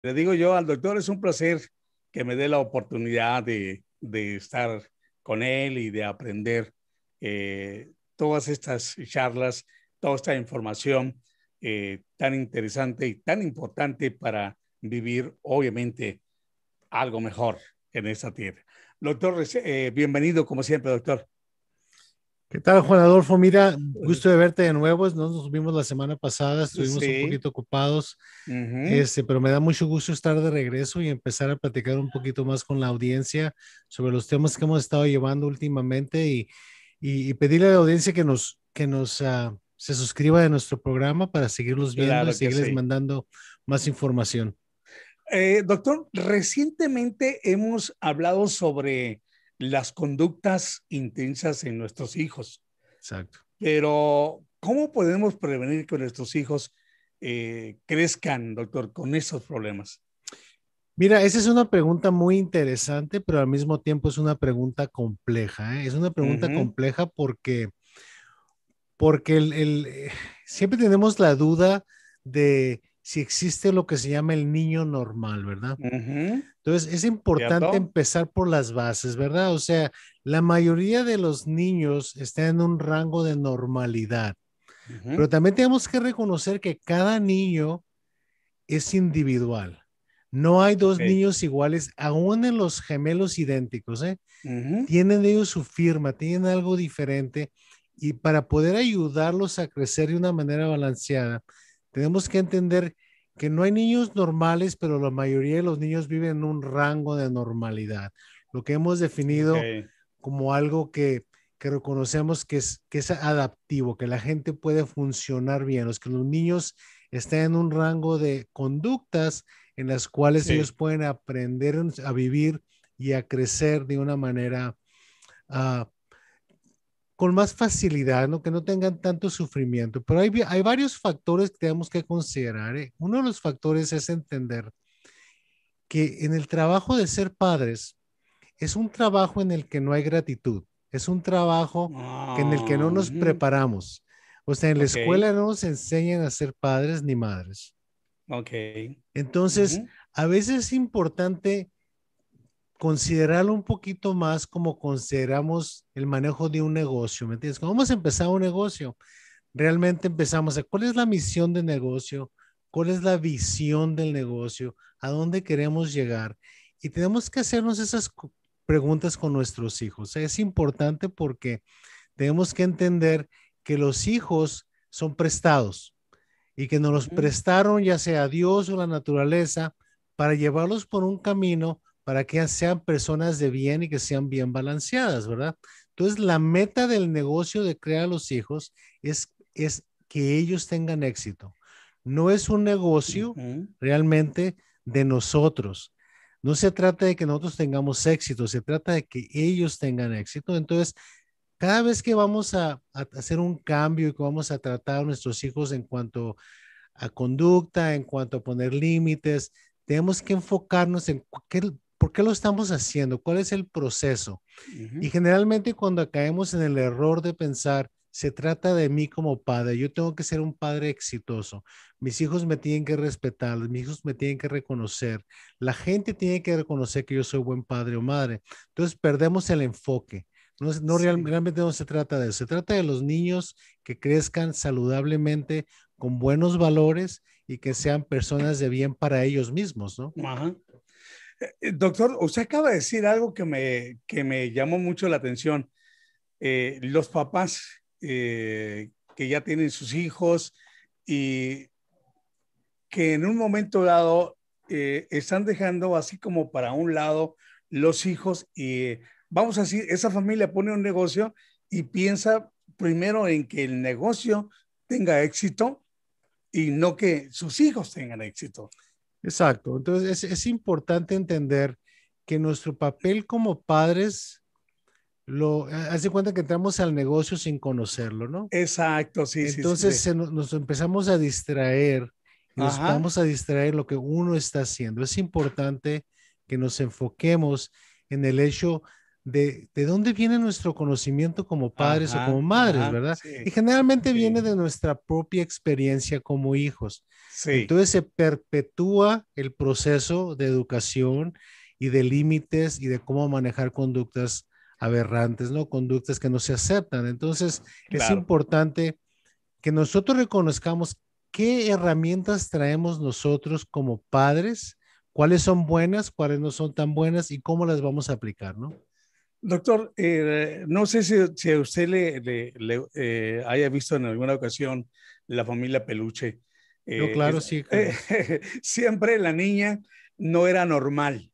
Le digo yo al doctor, es un placer que me dé la oportunidad de estar con él y de aprender todas estas charlas, toda esta información tan interesante y tan importante para vivir, obviamente, algo mejor en esta tierra. Doctor, bienvenido como siempre, doctor. ¿Qué tal, Juan Adolfo? Mira, gusto de verte de nuevo. No nos vimos la semana pasada, estuvimos un Sí. poquito ocupados, Ujú. pero me da mucho gusto estar de regreso y empezar a platicar un poquito más con la audiencia sobre los temas que hemos estado llevando últimamente y pedirle a la audiencia que se suscriba a nuestro programa para seguirlos viendo y Claro que seguirles sí. mandando más información. Doctor, recientemente hemos hablado sobre las conductas intensas en nuestros hijos, Exacto. pero ¿cómo podemos prevenir que nuestros hijos crezcan, doctor, con esos problemas? Mira, esa es una pregunta muy interesante, pero al mismo tiempo es una pregunta compleja, ¿eh? Es una pregunta Ujú. compleja porque siempre tenemos la duda de si existe lo que se llama el niño normal, ¿verdad? Ujú. Entonces, es importante ¿Cierto? empezar por las bases, ¿verdad? O sea, la mayoría de los niños están en un rango de normalidad, Ujú. pero también tenemos que reconocer que cada niño es individual. No hay dos Ok. niños iguales, aún en los gemelos idénticos, ¿eh? Ujú. Tienen ellos su firma, tienen algo diferente y para poder ayudarlos a crecer de una manera balanceada, tenemos que entender que no hay niños normales, pero la mayoría de los niños viven en un rango de normalidad, lo que hemos definido Ok. como algo que reconocemos que es adaptivo, que la gente puede funcionar bien, que los niños están en un rango de conductas en las cuales ellos Sí. pueden aprender a vivir y a crecer de una manera uh, con más facilidad, ¿no? Que no tengan tanto sufrimiento. Pero hay varios factores que tenemos que considerar, ¿eh? Uno de los factores es entender que en el trabajo de ser padres es un trabajo en el que no hay gratitud, es un trabajo en el que no Ah, nos ujú. preparamos. O sea, en la Ok. escuela no nos enseñan a ser padres ni madres. Ok. Entonces, Ujú. a veces es importante considerarlo un poquito más como consideramos el manejo de un negocio, ¿me entiendes? Cuando vamos a empezar un negocio, realmente empezamos a cuál es la misión del negocio, cuál es la visión del negocio, a dónde queremos llegar. Y tenemos que hacernos esas preguntas con nuestros hijos. Es importante porque tenemos que entender que los hijos son prestados y que nos los Ujú. prestaron ya sea Dios o la naturaleza para llevarlos por un camino para que sean personas de bien y que sean bien balanceadas, ¿verdad? Entonces, la meta del negocio de crear a los hijos es que ellos tengan éxito. No es un negocio Ujú. realmente de nosotros. No se trata de que nosotros tengamos éxito, se trata de que ellos tengan éxito. Entonces, cada vez que vamos a hacer un cambio y que vamos a tratar a nuestros hijos en cuanto a conducta, en cuanto a poner límites, tenemos que enfocarnos en por qué lo estamos haciendo, cuál es el proceso. Ujú. Y generalmente cuando caemos en el error de pensar, se trata de mí como padre, yo tengo que ser un padre exitoso, mis hijos me tienen que respetar, mis hijos me tienen que reconocer, la gente tiene que reconocer que yo soy buen padre o madre. Entonces perdemos el enfoque. Sí. Realmente no se trata de eso, se trata de los niños que crezcan saludablemente, con buenos valores y que sean personas de bien para ellos mismos, ¿no? Ajá. Doctor, usted acaba de decir algo que me llamó mucho la atención. Los papás que ya tienen sus hijos y que en un momento dado están dejando así como para un lado los hijos y vamos a decir, esa familia pone un negocio y piensa primero en que el negocio tenga éxito y no que sus hijos tengan éxito. Exacto. Entonces es importante entender que nuestro papel como padres, haz de cuenta que entramos al negocio sin conocerlo, ¿no? Exacto, sí, sí, sí, Entonces sí. nos empezamos a distraer y nos Ajá. vamos a distraer lo que uno está haciendo. Es importante que nos enfoquemos en el hecho de dónde viene nuestro conocimiento como padres o como Ajá, madres, ajá, ¿verdad? Y sí, generalmente sí. viene de nuestra propia experiencia como hijos. Sí, Entonces se perpetúa el proceso de educación y de límites y de cómo manejar conductas aberrantes, ¿no? Conductas que no se aceptan. Entonces es claro. importante que nosotros reconozcamos qué herramientas traemos nosotros como padres, cuáles son buenas, cuáles no son tan buenas y cómo las vamos a aplicar, ¿no? Doctor, no sé si a usted haya visto en alguna ocasión la familia Peluche. No, Eh, claro, es- sí, Carlos. siempre la niña no era normal.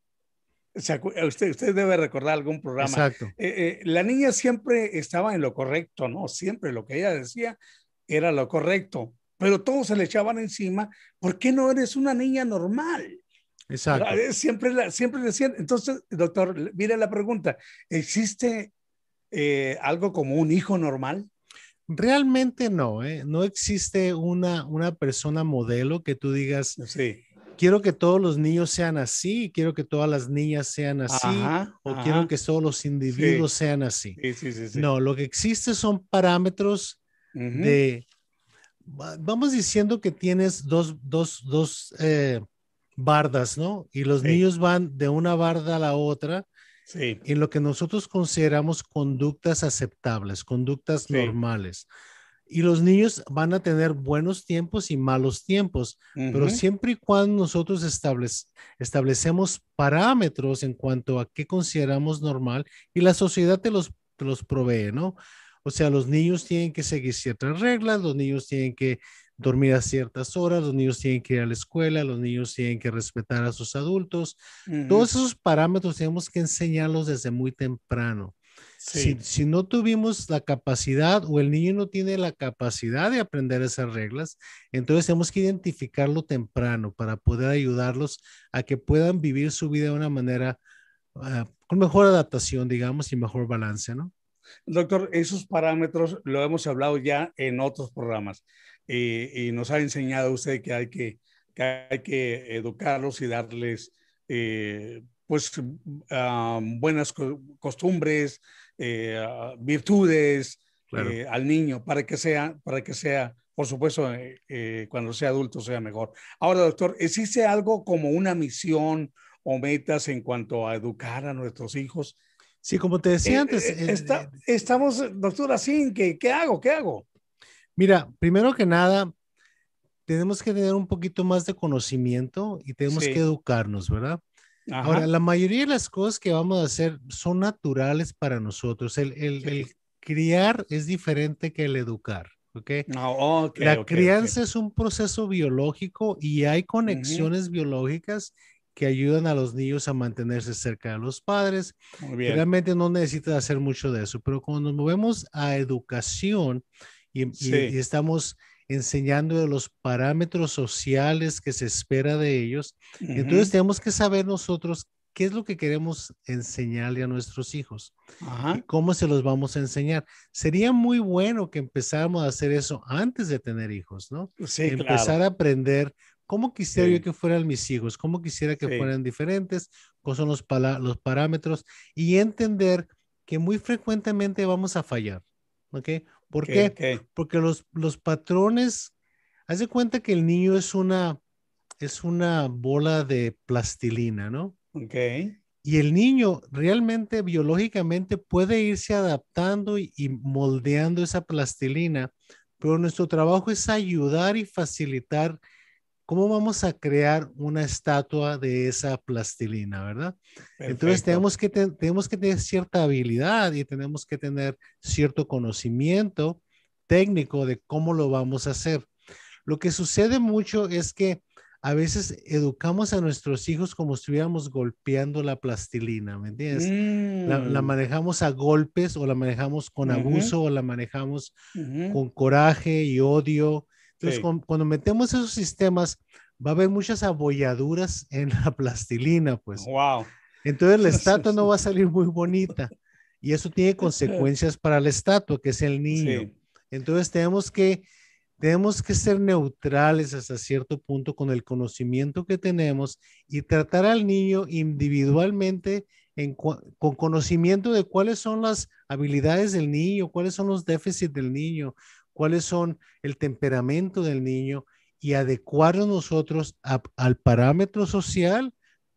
Usted debe recordar algún programa. Exacto, La niña siempre estaba en lo correcto, ¿no? Siempre lo que ella decía era lo correcto, pero todos se le echaban encima. ¿Por qué no eres una niña normal? ¿Verdad? exacto. Siempre decían. Entonces, doctor, mire la pregunta. ¿Existe algo como un hijo normal? Realmente no, ¿eh? No existe una persona modelo que tú digas, Sí. quiero que todos los niños sean así, quiero que todas las niñas sean así, Ajá, o quiero ajá. que todos los individuos Sí, sean así. sí, sí, sí, sí. No, lo que existe son parámetros Ujú. de, vamos diciendo que tienes dos bardas, ¿no? Y los Sí, niños van de una barda a la otra sí, en lo que nosotros consideramos conductas aceptables, conductas sí. normales. Y los niños van a tener buenos tiempos y malos tiempos, pero Ujú. siempre y cuando nosotros establecemos parámetros en cuanto a qué consideramos normal y la sociedad te los provee, ¿no? O sea, los niños tienen que seguir ciertas reglas, los niños tienen que dormir a ciertas horas, los niños tienen que ir a la escuela, los niños tienen que respetar a sus adultos. Ujú. Todos esos parámetros tenemos que enseñarlos desde muy temprano. Si, Sí. si no tuvimos la capacidad o el niño no tiene la capacidad de aprender esas reglas, entonces tenemos que identificarlo temprano para poder ayudarlos a que puedan vivir su vida de una manera con mejor adaptación, digamos, y mejor balance, ¿no? Doctor, esos parámetros lo hemos hablado ya en otros programas y nos ha enseñado usted que hay que educarlos y darles pues buenas costumbres, virtudes Claro. al niño para que sea, por supuesto, cuando sea adulto sea mejor. Ahora, doctor, ¿existe algo como una misión o metas en cuanto a educar a nuestros hijos? Sí, como te decía antes, Estamos, doctora, así, ¿qué hago? ¿Qué hago? mira, primero que nada, tenemos que tener un poquito más de conocimiento y tenemos que Sí, educarnos, ¿verdad? Ahora, ajá, la mayoría de las cosas que vamos a hacer son naturales para nosotros. El sí. criar es diferente que el educar, ¿ok? No, ok, La ok, ok. crianza es un proceso biológico y hay Ujú. conexiones biológicas que ayudan a los niños a mantenerse cerca de los padres Muy y bien. realmente no necesitas hacer mucho de eso, pero cuando nos movemos a educación y Sí. estamos enseñando de los parámetros sociales que se espera de ellos, entonces Ujú. tenemos que saber nosotros qué es lo que queremos enseñarle a nuestros hijos y Ajá. cómo se los vamos a enseñar. Sería muy bueno que empezáramos a hacer eso antes de tener hijos, ¿no? Sí, Empezar claro. a aprender cómo quisiera yo Sí, que fueran mis hijos, cómo quisiera que sí. fueran diferentes, cuáles son los parámetros y entender que muy frecuentemente vamos a fallar, ¿ok? ¿Por Ok, qué? ok, Porque los patrones, haz de cuenta que el niño es una bola de plastilina, ¿no? ok. Y el niño realmente biológicamente puede irse adaptando y moldeando esa plastilina, pero nuestro trabajo es ayudar y facilitar cómo vamos a crear una estatua de esa plastilina, ¿verdad? Entonces Perfecto. tenemos que tener cierta habilidad y tenemos que tener cierto conocimiento técnico de cómo lo vamos a hacer. Lo que sucede mucho es que a veces educamos a nuestros hijos como si estuviéramos golpeando la plastilina, ¿me entiendes? La Mm. manejamos a golpes o la manejamos con Ujú, abuso o la manejamos ujú. con coraje y odio. Entonces, Sí. cuando metemos esos sistemas, va a haber muchas abolladuras en la plastilina, pues. Wow. Entonces, la estatua no va a salir muy bonita y eso tiene consecuencias para la estatua, que es el niño. Sí. Entonces, tenemos que ser neutrales hasta cierto punto con el conocimiento que tenemos y tratar al niño individualmente con conocimiento de cuáles son las habilidades del niño, cuáles son los déficits del niño, cuáles son el temperamento del niño y adecuarnos nosotros al parámetro social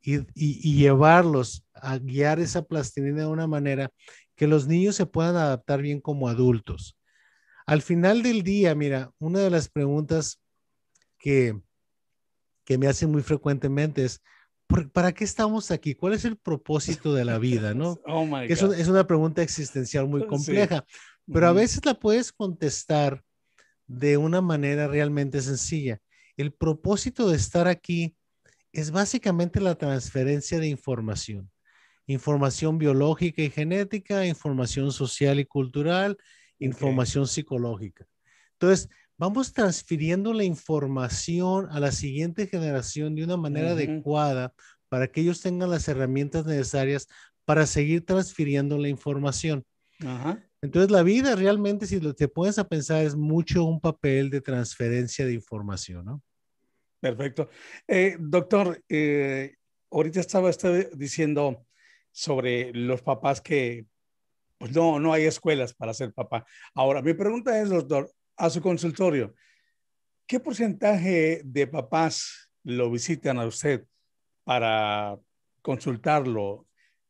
y llevarlos a guiar esa plastilina de una manera que los niños se puedan adaptar bien como adultos. Al final del día, mira, una de las preguntas que, que me hacen muy frecuentemente es, ¿para qué estamos aquí? ¿Cuál es el propósito de la vida? ¿No? Oh my Que God. es una pregunta existencial muy Sí. compleja, pero a Ujú. veces la puedes contestar de una manera realmente sencilla. El propósito de estar aquí es básicamente la transferencia de información. Información biológica y genética, información social y cultural, Ok. información psicológica. Entonces, vamos transfiriendo la información a la siguiente generación de una manera Ujú. adecuada para que ellos tengan las herramientas necesarias para seguir transfiriendo la información. Ajá. Entonces, la vida realmente, si te pones a pensar, es mucho un papel de transferencia de información, ¿no? Perfecto. Doctor, ahorita estaba usted diciendo sobre los papás que pues no hay escuelas para ser papá. Ahora, mi pregunta es, doctor, a su consultorio, ¿qué porcentaje de papás lo visitan a usted para consultarlo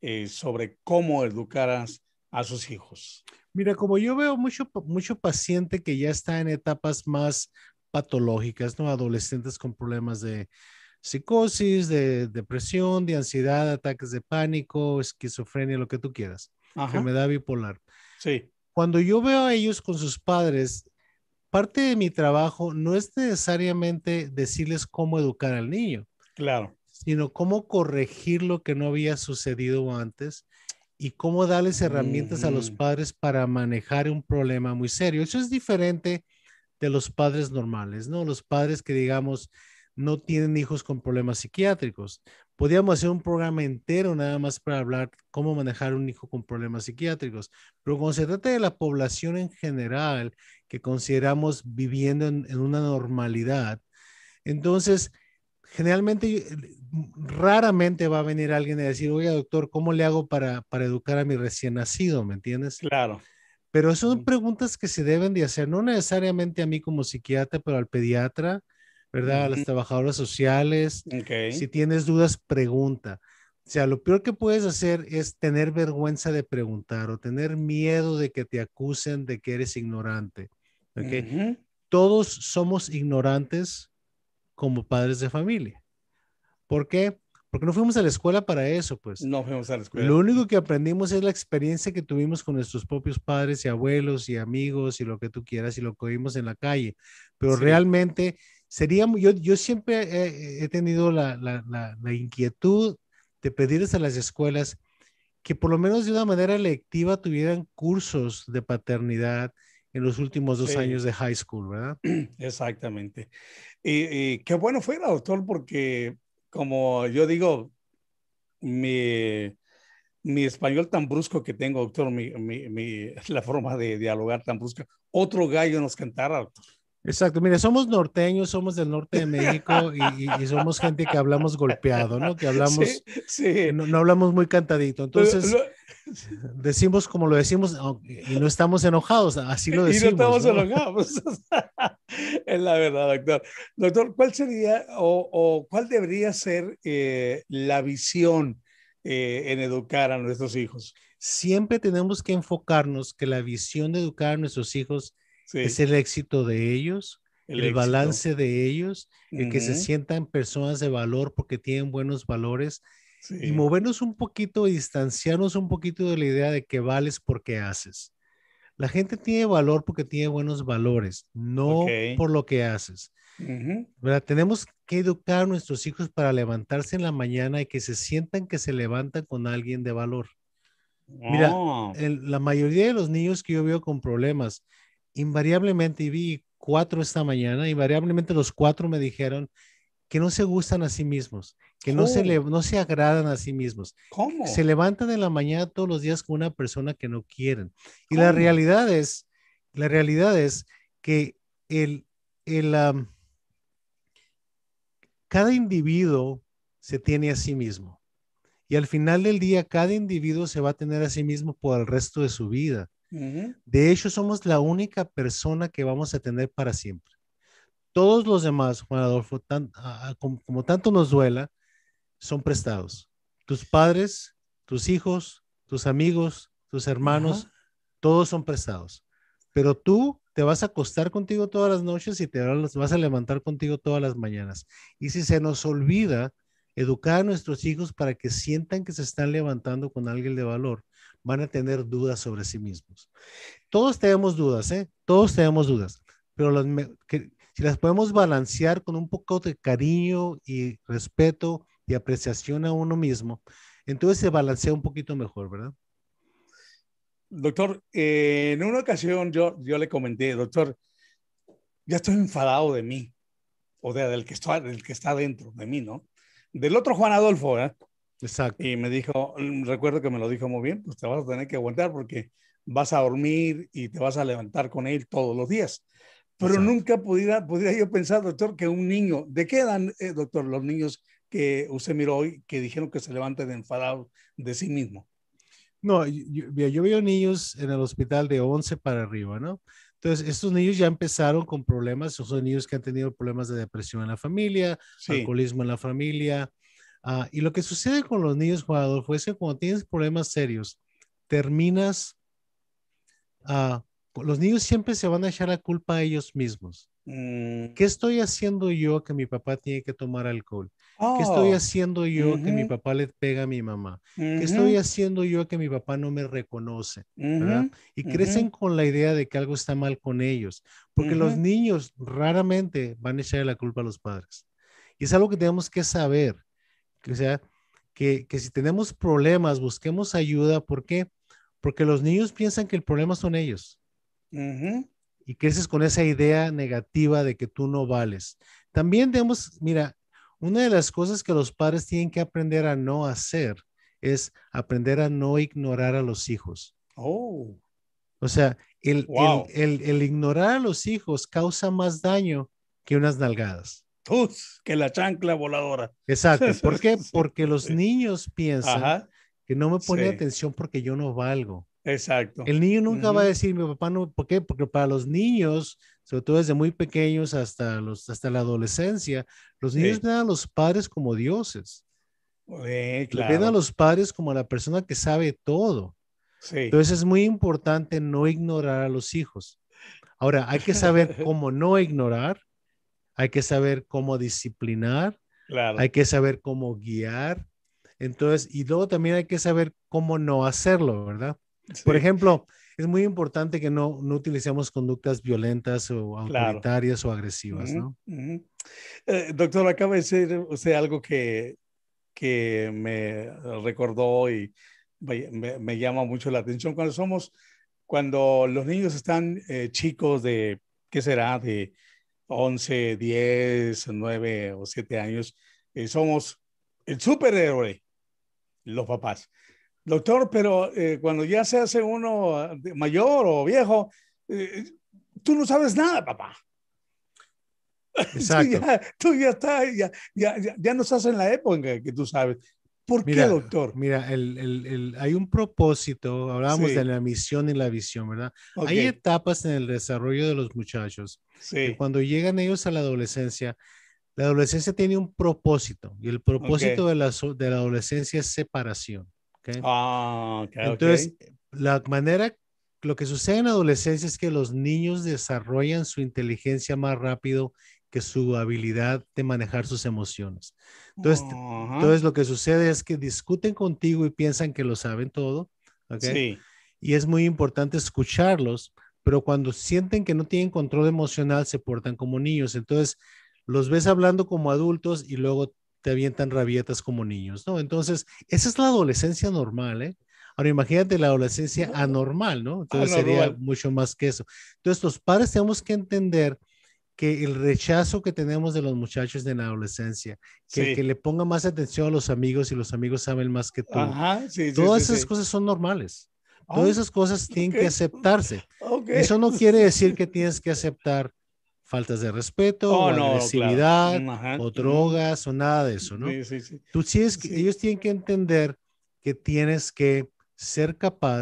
sobre cómo educar a sus hijos? Mira, como yo veo mucho paciente que ya está en etapas más patológicas, ¿no? Adolescentes con problemas de psicosis, de depresión, de ansiedad, ataques de pánico, esquizofrenia, lo que tú quieras, Ajá, enfermedad bipolar. sí, Cuando yo veo a ellos con sus padres, parte de mi trabajo no es necesariamente decirles cómo educar al niño, claro. sino cómo corregir lo que no había sucedido antes y cómo darles herramientas a los Ujú. padres para manejar un problema muy serio. Eso es diferente de los padres normales, ¿no? Los padres que, digamos, no tienen hijos con problemas psiquiátricos. Podríamos hacer un programa entero nada más para hablar cómo manejar un hijo con problemas psiquiátricos, pero cuando se trata de la población en general que consideramos viviendo en una normalidad, entonces generalmente, raramente va a venir alguien a decir, oye, doctor, ¿cómo le hago para educar a mi recién nacido? ¿Me entiendes? Claro. Pero son Ujú. preguntas que se deben de hacer, no necesariamente a mí como psiquiatra, pero al pediatra, ¿verdad? A las Ujú. trabajadoras sociales. Ok. Si tienes dudas, pregunta. O sea, lo peor que puedes hacer es tener vergüenza de preguntar o tener miedo de que te acusen de que eres ignorante. ¿Ok? Ujú. Todos somos ignorantes como padres de familia. ¿Por qué? Porque no fuimos a la escuela para eso, pues. No fuimos a la Lo escuela. único que aprendimos es la experiencia que tuvimos con nuestros propios padres y abuelos y amigos y lo que tú quieras y lo que vimos en la calle. Pero Sí, realmente sería, yo siempre he tenido la inquietud de pedirles a las escuelas que por lo menos de una manera electiva tuvieran cursos de paternidad en los últimos 2 años sí, de high school, ¿verdad? exactamente. Y qué bueno fuera, doctor, porque como yo digo, mi, mi español tan brusco que tengo, doctor, la forma de dialogar tan brusca, otro gallo nos cantara, doctor. Exacto, mire, somos norteños, somos del norte de México y somos gente que hablamos golpeado, ¿no? Que Sí, hablamos, sí. no hablamos muy cantadito. Entonces, Lo- decimos como lo decimos y no estamos enojados, así lo y no decimos, estamos ¿no? enojados. Es la verdad, doctor. Doctor, ¿cuál sería o cuál debería ser la visión en educar a nuestros hijos? Siempre tenemos que enfocarnos que la visión de educar a nuestros hijos es Sí, el éxito de ellos, el el éxito. balance de ellos, el que se Ujú. sientan personas de valor porque tienen buenos valores y Sí, movernos un poquito, distanciarnos un poquito de la idea de que vales porque haces. La gente tiene valor porque tiene buenos valores, ok. no por lo que haces. Ujú. ¿Verdad? Tenemos que educar a nuestros hijos para levantarse en la mañana y que se sientan que se levantan con alguien de valor. Mira, Oh, la mayoría de los niños que yo veo con problemas, invariablemente, y vi 4 esta mañana, invariablemente los 4 me dijeron que no se gustan a sí mismos, que oh, no se agradan a sí mismos, que se ¿cómo? levantan en la mañana todos los días con una persona que no quieren. Y ¿Cómo? la realidad es que el, el, cada individuo se tiene a sí mismo. Y al final del día, cada individuo se va a tener a sí mismo por el resto de su vida. Ujú. De hecho, somos la única persona que vamos a tener para siempre. Todos los demás, Juan Adolfo, como tanto nos duela, son prestados. Tus padres, tus hijos, tus amigos, tus Ajá. hermanos, todos son prestados. Pero tú te vas a acostar contigo todas las noches y te vas a levantar contigo todas las mañanas. Y si se nos olvida educar a nuestros hijos para que sientan que se están levantando con alguien de valor, van a tener dudas sobre sí mismos. Todos tenemos dudas, ¿eh? Todos tenemos dudas, pero si las podemos balancear con un poco de cariño y respeto y apreciación a uno mismo, entonces se balancea un poquito mejor, ¿verdad? Doctor, en una ocasión yo le comenté, doctor, ya estoy enfadado de mí, o del que está dentro de mí, ¿no? Del otro Juan Adolfo, ¿eh? Exacto, Y me dijo, recuerdo que me lo dijo muy bien, pues te vas a tener que aguantar porque vas a dormir y te vas a levantar con él todos los días. Pero exacto. nunca pudiera yo pensar, doctor, que un niño, ¿de qué edad, doctor, los niños que usted miró hoy que dijeron que se levanten enfadados de sí mismo? No, mira, yo veo niños en el hospital de 11 para arriba, ¿no? Entonces, estos niños ya empezaron con problemas, son niños que han tenido problemas de depresión en la familia, Sí. alcoholismo en la familia. Y lo que sucede con los niños, Juan Adolfo, es que cuando tienes problemas serios, terminas, ah, los niños siempre se van a echar la culpa a ellos mismos. Mm. ¿Qué estoy haciendo yo que mi papá tiene que tomar alcohol? ¿Qué estoy Oh. haciendo yo que mi Ujú, papá le pega a mi mamá? ¿Qué estoy ujú, haciendo yo que mi papá no me reconoce? ¿Verdad? ujú, Y ujú, crecen con la idea de que algo está mal con ellos, porque los ujú, niños raramente van a echarle la culpa a los padres. Y es algo que tenemos que saber, que, o sea, que si tenemos problemas, busquemos ayuda. ¿Por qué? Porque los niños piensan que el problema son ellos ujú. y creces con esa idea negativa de que tú no vales. También debemos, mira, una de las cosas que los padres tienen que aprender a no hacer es aprender a no ignorar a los hijos. Oh, O sea, wow. el ignorar a los hijos causa más daño que unas nalgadas. Tus, que la chancla voladora. Exacto. ¿Por qué? Sí, Porque los sí. niños piensan Ajá, que no me pone sí, atención porque yo no valgo. exacto. El niño nunca va a Ujú, decir, mi papá no, ¿por qué? Porque para los niños, sobre todo desde muy pequeños hasta la adolescencia, los niños sí, ven a los padres como dioses. Le ven a claro. los padres como la persona que sabe todo. Sí, Entonces es muy importante no ignorar a los hijos. Ahora, hay que saber cómo no ignorar, hay que saber cómo disciplinar, hay claro. que saber cómo guiar. Entonces, y luego también hay que saber cómo no hacerlo, ¿verdad? Por Sí, ejemplo, es muy importante que no utilicemos conductas violentas o claro. autoritarias o agresivas, Ujú, ¿no? ujú. Doctor, acaba de decir usted algo que me recordó y me llama mucho la atención cuando los niños están chicos de, ¿qué será? De 11, 10, 9 o 7 años, somos el superhéroe, los papás. Doctor, pero cuando ya se hace uno mayor o viejo, eh, tú no sabes nada, papá. Exacto. Tú ya estás, ya no estás en la época que tú sabes. ¿Por qué, doctor? Mira, hay un propósito, hablábamos de Sí, la misión y la visión, ¿verdad? ok, Hay etapas en el desarrollo de los muchachos que sí, cuando llegan ellos a la adolescencia tiene un propósito y el propósito ok. de la adolescencia es separación, ¿ok? Ah, ok, ok. Entonces, la manera, lo que sucede en la adolescencia es que los niños desarrollan su inteligencia más rápido que su habilidad de manejar sus emociones. Ajá, Entonces lo que sucede es que discuten contigo y piensan que lo saben todo, ¿ok? sí, Y es muy importante escucharlos, pero cuando sienten que no tienen control emocional, se portan como niños. Entonces, los ves hablando como adultos y luego te avientan rabietas como niños, ¿no? Entonces, esa es la adolescencia normal, ¿eh? Ahora imagínate la adolescencia anormal, ¿no? Entonces sería anormal. mucho más que eso. Entonces los padres tenemos que entender que el rechazo que tenemos de los muchachos de la adolescencia, que el que Sí, le ponga más atención a los amigos y los amigos saben más que tú, ajá, sí, sí, sí, todas esas sí. cosas son normales. Todas Oh, esas cosas ok, tienen que aceptarse. ok. Eso no quiere decir que tienes que aceptar faltas de respeto Oh, o no, claro. agresividad Ajá, o ujú. drogas o nada de eso, ¿no? Sí, sí, sí. Tú tienes que, Sí, ellos tienen que entender que tienes que ser capaz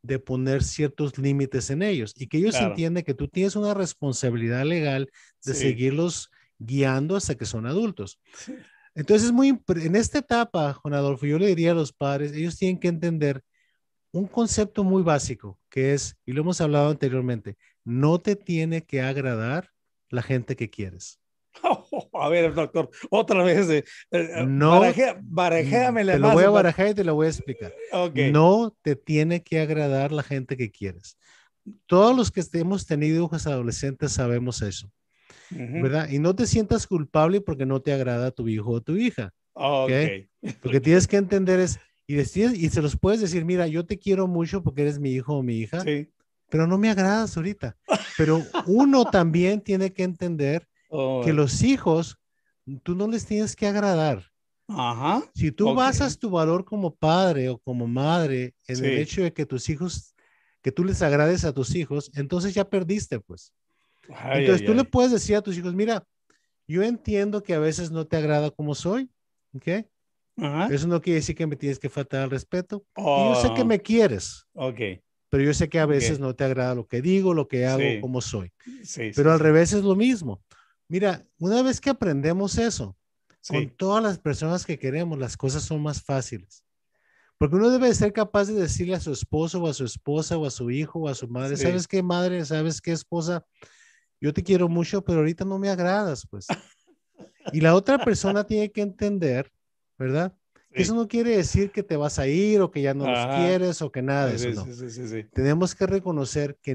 de poner ciertos límites en ellos y que ellos claro, entiendan que tú tienes una responsabilidad legal de sí, seguirlos guiando hasta que son adultos. sí, Entonces, en esta etapa, Juan Adolfo, yo le diría a los padres, ellos tienen que entender un concepto muy básico, que es, y lo hemos hablado anteriormente, no te tiene que agradar la gente que quieres. A ver, doctor, otra vez, No, barajéamele te lo más. voy a barajar y te lo voy a explicar. Ok. No te tiene que agradar la gente que quieres. Todos los que hemos tenido hijos adolescentes sabemos eso, Ujú. ¿verdad? Y no te sientas culpable porque no te agrada tu hijo o tu hija, Ok. ¿ok? Lo que tienes que entender es, y se los puedes decir, mira, yo te quiero mucho porque eres mi hijo o mi hija, Sí. pero no me agradas ahorita. Pero uno también tiene que entender que Oh, los hijos, tú no les tienes que agradar. ajá. Si tú Ok. basas tu valor como padre o como madre en el Sí. hecho de que tus hijos, que tú les agrades a tus hijos, entonces ya perdiste, pues. Ay, Entonces ay, tú le ay. puedes decir a tus hijos, mira, yo entiendo que a veces no te agrada como soy, ¿ok? Ajá. Eso no quiere decir que me tienes que faltar al respeto. Y yo sé que Oh, me quieres, ok. pero yo sé que a veces Ok. no te agrada lo que digo, lo que hago, Sí. como soy. Sí, Pero sí, al sí. revés es lo mismo. Mira, una vez que aprendemos eso, con Sí. todas las personas que queremos, las cosas son más fáciles. Porque uno debe ser capaz de decirle a su esposo o a su esposa o a su hijo o a su madre, Sí. ¿sabes qué madre? ¿Sabes qué esposa? Yo te quiero mucho, pero ahorita no me agradas, pues. Y la otra persona tiene que entender, ¿verdad? Que eso Sí. no quiere decir que te vas a ir o que ya no los Ajá. quieres o que nada de eso, Sí, no. sí, sí, sí, sí. Tenemos que reconocer que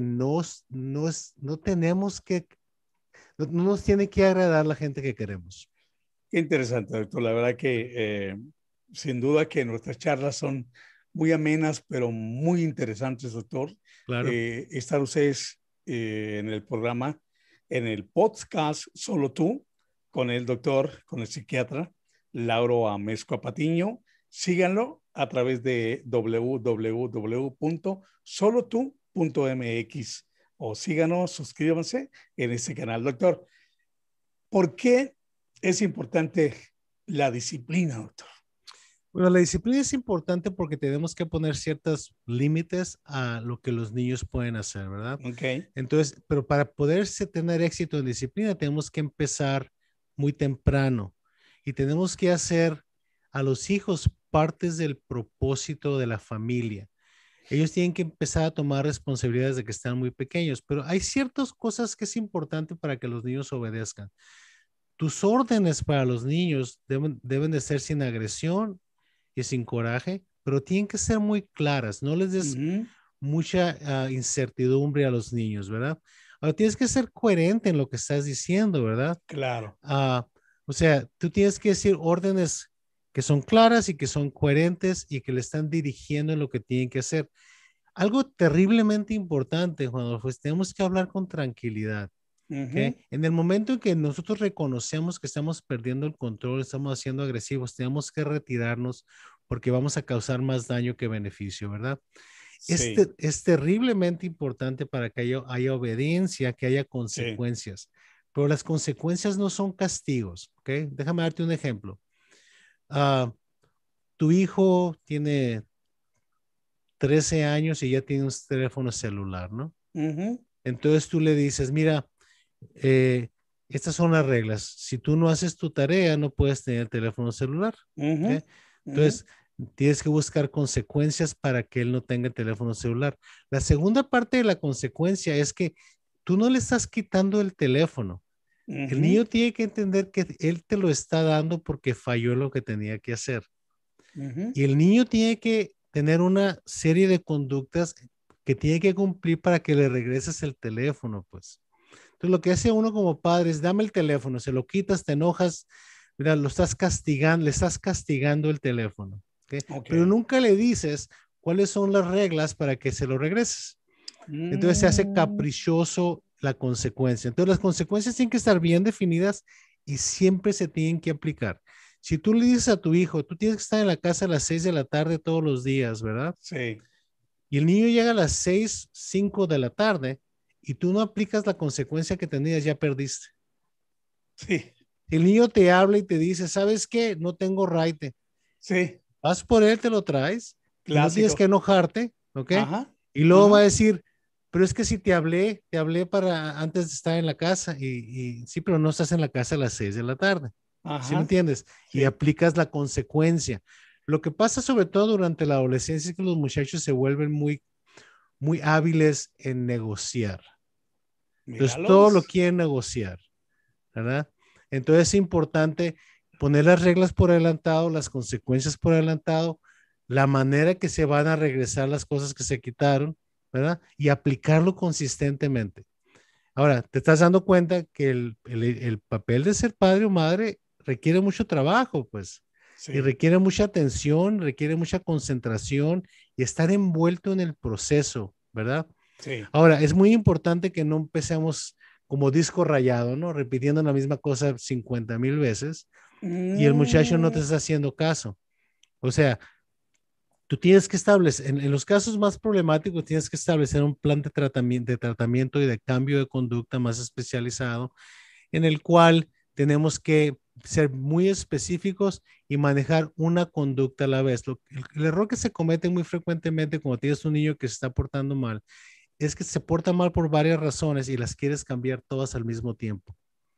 no tenemos que, no nos tiene que agradar la gente que queremos. Qué interesante, doctor. La verdad que sin duda que nuestras charlas son muy amenas, pero muy interesantes, doctor. Claro. Estar ustedes en el programa, en el podcast Solo Tú, con el doctor, con el psiquiatra Lauro Amezcua Patiño. Síganlo a través de www.solotu.mx o síganos, suscríbanse en este canal, doctor. ¿Por qué es importante la disciplina, doctor? Bueno, la disciplina es importante porque tenemos que poner ciertos límites a lo que los niños pueden hacer, ¿verdad? Ok. Entonces, pero para poderse tener éxito en disciplina, tenemos que empezar muy temprano y tenemos que hacer a los hijos partes del propósito de la familia. Ellos tienen que empezar a tomar responsabilidades de que están muy pequeños, pero hay ciertas cosas que es importante para que los niños obedezcan. Tus órdenes para los niños deben de ser sin agresión y sin coraje, pero tienen que ser muy claras. No les des Ujú. mucha incertidumbre a los niños, ¿verdad? Ahora tienes que ser coherente en lo que estás diciendo, ¿verdad? Claro. Ah, o sea, tú tienes que decir órdenes que son claras y que son coherentes y que le están dirigiendo en lo que tienen que hacer. Algo terriblemente importante, Juan Adolfo, es tenemos que hablar con tranquilidad. Ujú. ¿Okay? En el momento en que nosotros reconocemos que estamos perdiendo el control, estamos siendo agresivos, tenemos que retirarnos porque vamos a causar más daño que beneficio, ¿verdad? Sí, Es terriblemente importante para que haya obediencia, que haya sí. consecuencias, pero las consecuencias no son castigos, ¿ok? Déjame darte un ejemplo. Ah, tu hijo tiene 13 años y ya tiene un teléfono celular, ¿no? Ujú. Entonces tú le dices, mira, eh, estas son las reglas. Si tú no haces tu tarea, no puedes tener el teléfono celular. Ujú. ¿Ok? Ujú. Entonces, tienes que buscar consecuencias para que él no tenga el teléfono celular. La segunda parte de la consecuencia es que tú no le estás quitando el teléfono. El Ujú. niño tiene que entender que él te lo está dando porque falló en lo que tenía que hacer. Ujú. Y el niño tiene que tener una serie de conductas que tiene que cumplir para que le regreses el teléfono, pues. Entonces, lo que hace uno como padre es dame el teléfono, se lo quitas, te enojas, mira, lo estás castigando, le estás castigando el teléfono, ¿ok? Ok. Pero nunca le dices cuáles son las reglas para que se lo regreses. Entonces se hace Mm. caprichoso la consecuencia. Entonces las consecuencias tienen que estar bien definidas y siempre se tienen que aplicar. Si tú le dices a tu hijo, tú tienes que estar en la casa a las 6 de la tarde todos los días, ¿verdad? Sí, Y el niño llega a las 6, 5 de la tarde y tú no aplicas la consecuencia que tenías, ya perdiste. sí, El niño te habla y te dice, ¿sabes qué? No tengo raite. sí. Vas por él, te lo traes y no tienes que Clásico. enojarte, ¿ok? Ajá. Y luego va a decir, pero es que si te hablé para antes de estar en la casa y sí, pero no estás en la casa a las 6 de la tarde. ¿Sí me Ajá, entiendes? Y sí. aplicas la consecuencia. Lo que pasa sobre todo durante la adolescencia es que los muchachos se vuelven muy hábiles en negociar. Entonces, todo lo Míralos. quieren negociar, ¿verdad? Entonces, es importante poner las reglas por adelantado, las consecuencias por adelantado, la manera que se van a regresar las cosas que se quitaron, ¿verdad? Y aplicarlo consistentemente. Ahora, te estás dando cuenta que el papel de ser padre o madre requiere mucho trabajo, pues, y Sí, requiere mucha atención, requiere mucha concentración y estar envuelto en el proceso, ¿verdad? sí. Ahora, es muy importante que no empecemos como disco rayado, ¿no? Repitiendo la misma cosa 50,000 veces y el muchacho no te Mm, está haciendo caso. O sea, tú tienes que establecer, en los casos más problemáticos, tienes que establecer un plan de tratamiento y de cambio de conducta más especializado en el cual tenemos que ser muy específicos y manejar una conducta a la vez. El error que se comete muy frecuentemente cuando tienes un niño que se está portando mal es que se porta mal por varias razones y las quieres cambiar todas al mismo tiempo.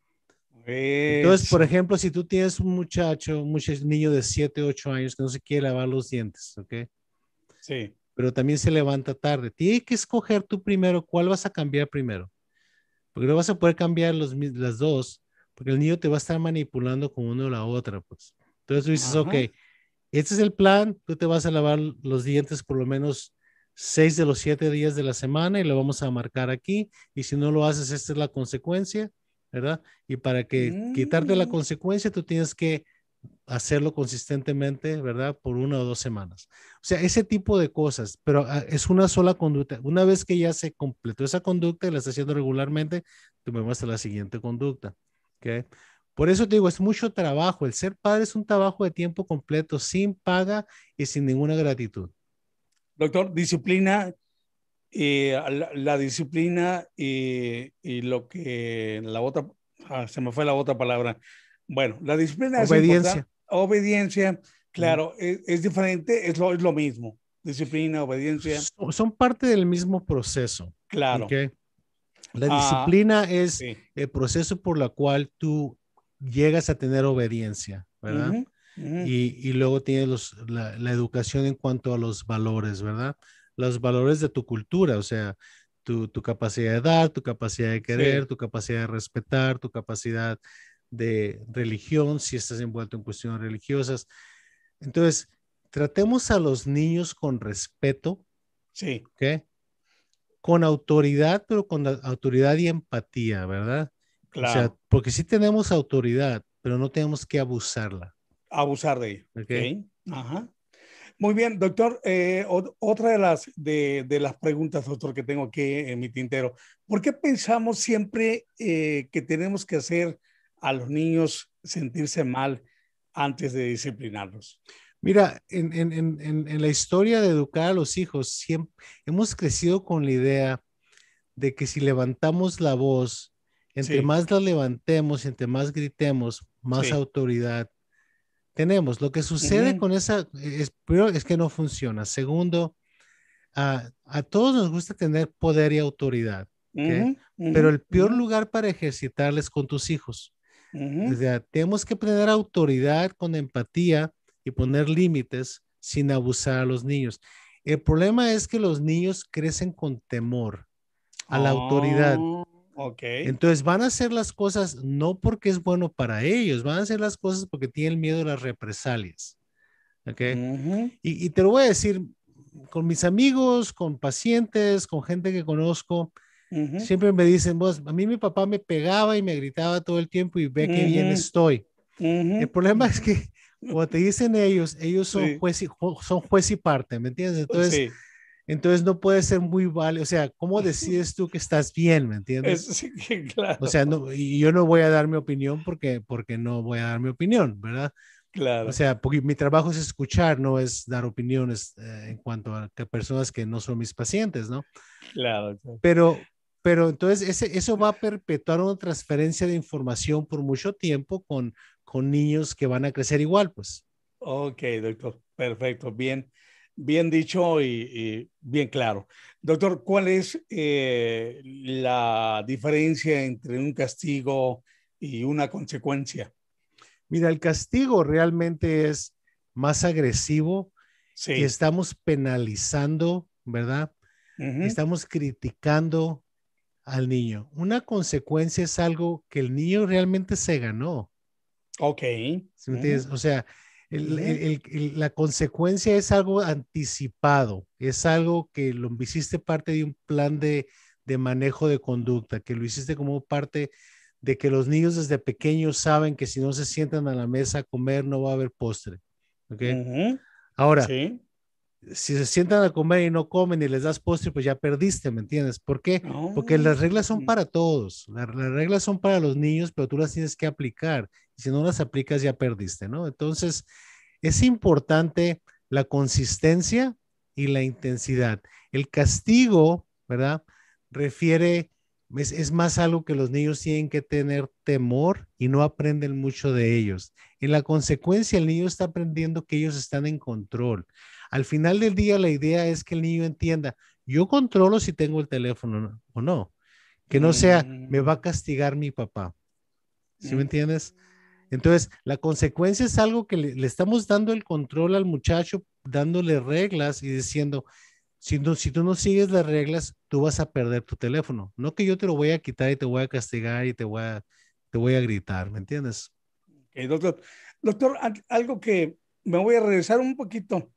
Entonces, por eso. ejemplo, si tú tienes un niño de 7, 8 años que no se quiere lavar los dientes, ¿ok? Sí. Pero también se levanta tarde. Tienes que escoger tú primero cuál vas a cambiar primero, porque no vas a poder cambiar las dos, porque el niño te va a estar manipulando con uno o la otra, pues. Entonces tú dices, ok, Ajá. este es el plan, tú te vas a lavar los dientes por lo menos 6 de los 7 días de la semana y lo vamos a marcar aquí, y si no lo haces, esta es la consecuencia, ¿verdad? Y para que quitarte la Mm, consecuencia, tú tienes que hacerlo consistentemente, ¿verdad? Por 1 o 2 semanas. O sea, ese tipo de cosas, pero es una sola conducta. Una vez que ya se completó esa conducta y la está haciendo regularmente, tú me muestras la siguiente conducta, ¿ok? Por eso te digo, es mucho trabajo. El ser padre es un trabajo de tiempo completo, sin paga y sin ninguna gratitud. doctor, disciplina, la disciplina y lo que la otra, se me fue la otra palabra. Bueno, la disciplina es importante. Obediencia. Obediencia, ¿Mm? claro, es diferente, es lo mismo. Disciplina, obediencia, Son parte del mismo proceso, ¿ok? claro. La Ah, disciplina es sí. el proceso por el cual tú llegas a tener obediencia, ¿verdad? Ujú, ujú, Y luego tienes la educación en cuanto a los valores, ¿verdad? Los valores de tu cultura, o sea, tu capacidad de dar, tu capacidad de querer, sí. tu capacidad de respetar, tu capacidad de religión, si estás envuelto en cuestiones religiosas. Entonces, tratemos a los niños con respeto, Sí, ¿ok? Con autoridad, pero con autoridad y empatía, ¿verdad? O sea, claro. porque sí tenemos autoridad, pero no tenemos que abusarla, Abusar de ello. ¿ok? Ok. Ajá. Muy bien, doctor. Otra de las preguntas, doctor, que tengo aquí en mi tintero. ¿Por qué pensamos siempre que tenemos que hacer a los niños sentirse mal antes de disciplinarlos? Mira, en la historia de educar a los hijos, siempre hemos crecido con la idea de que si levantamos la voz, entre Sí, más la levantemos, entre más gritemos, más sí. autoridad tenemos. Lo que sucede Ujú, con esa, primero, es que no funciona. Segundo, a todos nos gusta tener poder y autoridad, ujú, ¿ok? ujú, Pero el peor ujú, lugar para ejercitarles con tus hijos. O ujú. sea, tenemos que tener autoridad con empatía y poner límites sin abusar a los niños. El problema es que los niños crecen con temor a la autoridad. Oh, ok. Entonces van a hacer las cosas no porque es bueno para ellos, van a hacer las cosas porque tienen miedo a las represalias. ¿Ok? Ujú, Y te lo voy a decir con mis amigos, con pacientes, con gente que conozco, ujú, siempre me dicen, vos, a mí mi papá me pegaba y me gritaba todo el tiempo y ve qué bien ujú, estoy. ujú, El problema es ujú. que cuando te dicen ellos Sí, son juez y parte, ¿me entiendes? sí. Entonces no puede ser muy válido. O sea, ¿cómo decides tú que estás bien, ¿me entiendes? Sí, O claro, sea, no, y yo no voy a dar mi opinión porque no voy a dar mi opinión, ¿verdad? O claro, sea, porque mi trabajo es escuchar, no es dar opiniones en cuanto a que personas que no son mis pacientes, ¿no? claro. Pero, pero entonces eso va a perpetuar una transferencia de información por mucho tiempo con niños que van a crecer igual, pues. Ok, doctor. Perfecto. Bien. bien dicho y bien claro. Doctor, ¿cuál es la diferencia entre un castigo y una consecuencia? Mira, el castigo realmente es más agresivo y Sí. estamos penalizando, ¿verdad? Ujú. Estamos criticando al niño. Una consecuencia es algo que el niño realmente se ganó. Ok. ¿Sí me entiendes? Ujú, O sea, ujú, la consecuencia es algo anticipado, es algo que lo hiciste parte de un plan de manejo de conducta, que lo hiciste como parte de que los niños desde pequeños saben que si no se sientan a la mesa a comer no va a haber postre. ¿Ok? ujú. Ahora, Sí. si se sientan a comer y no comen y les das postre, pues ya perdiste, ¿me entiendes? ¿Por qué? Porque Oh, las reglas son para todos, las reglas son para los niños, pero tú las tienes que aplicar. Y si no las aplicas, ya perdiste, ¿no? Entonces, es importante la consistencia y la intensidad. El castigo, ¿verdad? Refiere, es más algo que los niños tienen que tener temor y no aprenden mucho de ellos. En la consecuencia, el niño está aprendiendo que ellos están en control. Al final del día, la idea es que el niño entienda, yo controlo si tengo el teléfono o no, que no sea, me va mm, a castigar mi papá. ¿Sí me mm. entiendes? Entonces, la consecuencia es algo que le estamos dando el control al muchacho, dándole reglas y diciendo, si tú no sigues las reglas, tú vas a perder tu teléfono. No que yo te lo voy a quitar y te voy a castigar y te voy a gritar, ¿me entiendes? Ok, doctor. Doctor, algo que me voy a regresar un poquito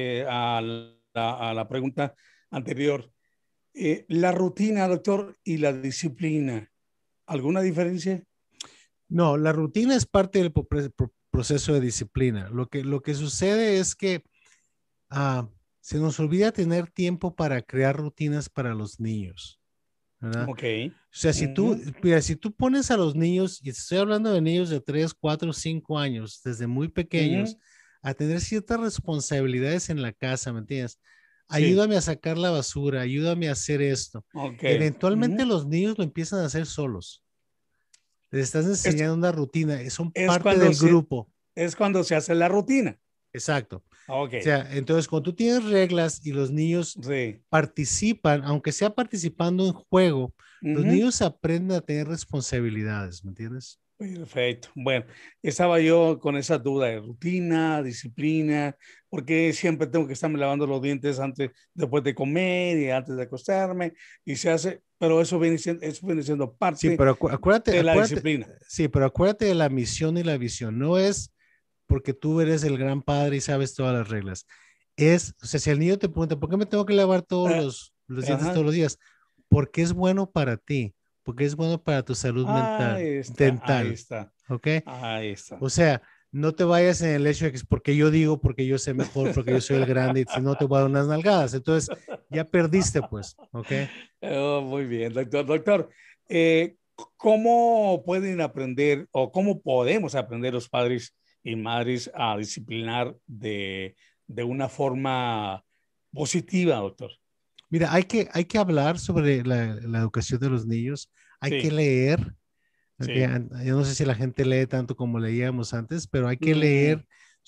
a la pregunta anterior. La rutina, doctor, y la disciplina, ¿alguna diferencia? No, la rutina es parte del proceso de disciplina. Lo que sucede es que ah, se nos olvida tener tiempo para crear rutinas para los niños, ¿verdad? Ok. O sea, Ujú, mira, si tú pones a los niños, y estoy hablando de niños de 3, 4, 5 años, desde muy ujú. pequeños, a tener ciertas responsabilidades en la casa, ¿me entiendes? Sí. Ayúdame a sacar la basura, ayúdame a hacer esto. Ok. Eventualmente Ujú. los niños lo empiezan a hacer solos. Les estás Es, enseñando una rutina, son es parte cuando del se, grupo. es cuando se hace la rutina. Exacto. O Ok. sea, entonces cuando tú tienes reglas y los niños Sí. participan, aunque sea participando en juego, los Ujú. niños aprenden a tener responsabilidades, ¿me entiendes? Perfecto. Bueno, estaba yo con esa duda de rutina, disciplina, porque siempre tengo que estarme lavando los dientes antes, después de comer y antes de acostarme, y se hace, pero eso viene siendo Sí, parte pero de la disciplina. sí, pero acuérdate de la misión y la visión. No es porque tú eres el gran padre y sabes todas las reglas. Es, o sea, si el niño te pregunta, ¿por qué me tengo que lavar todos Ah, los dientes todos ajá. los días? Porque es bueno para ti, porque es bueno para tu salud mental, Ahí está, ahí dental, está, ¿ok? ahí está. O sea, no te vayas en el hecho de que es porque yo digo, porque yo sé mejor, porque yo soy el grande, y si no te voy a dar unas nalgadas. Entonces, ya perdiste, pues, ¿ok? Oh, muy bien, doctor. Doctor, eh, ¿cómo pueden aprender o cómo podemos aprender los padres y madres a disciplinar de una forma positiva, doctor? Mira, hay que hablar sobre la educación de los niños, hay que Sí, leer, ¿ok? sí. Yo no sé si la gente lee tanto como leíamos antes, pero hay que Mm, leer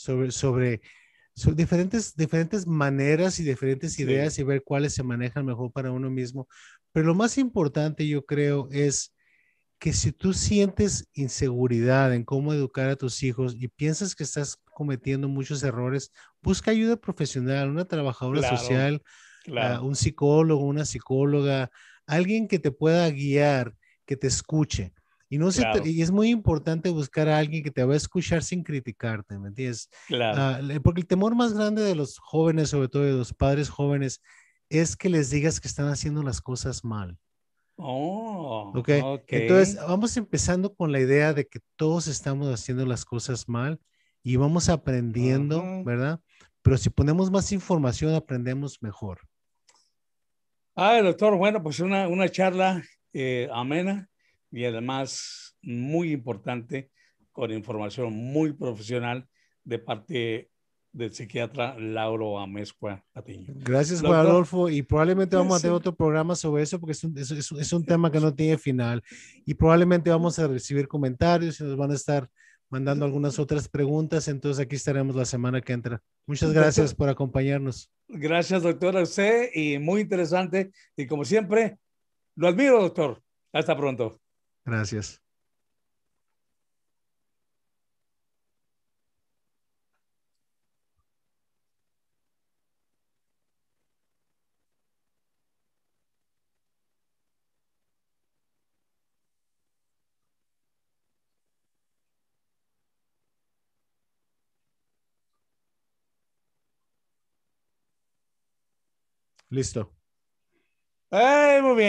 sobre diferentes maneras y diferentes sí, ideas y ver cuáles se manejan mejor para uno mismo. Pero lo más importante, yo creo, es que si tú sientes inseguridad en cómo educar a tus hijos y piensas que estás cometiendo muchos errores, busca ayuda profesional, una trabajadora claro, social, claro, un psicólogo, una psicóloga, alguien que te pueda guiar, que te escuche. claro, Y es muy importante buscar a alguien que te va a escuchar sin criticarte, ¿me entiendes? claro. Porque el temor más grande de los jóvenes, sobre todo de los padres jóvenes, es que les digas que están haciendo las cosas mal. Oh, ¿Ok? Entonces, ok. vamos empezando con la idea de que todos estamos haciendo las cosas mal y vamos aprendiendo, Ajá. ¿verdad? Pero si ponemos más información, aprendemos mejor. Ah, doctor, bueno, pues una charla amena y además muy importante, con información muy profesional de parte del psiquiatra Lauro Amezcua Patiño. Gracias, Juan Doctor, Adolfo, y probablemente vamos a tener sí, otro programa sobre eso porque es un tema que no tiene final y probablemente vamos a recibir comentarios y nos van a estar mandando algunas otras preguntas, entonces aquí estaremos la semana que entra. Muchas gracias doctor, por acompañarnos. Gracias, doctor, a usted y muy interesante. Y como siempre, lo admiro, doctor. Hasta pronto. Gracias. Listo. Muy bien.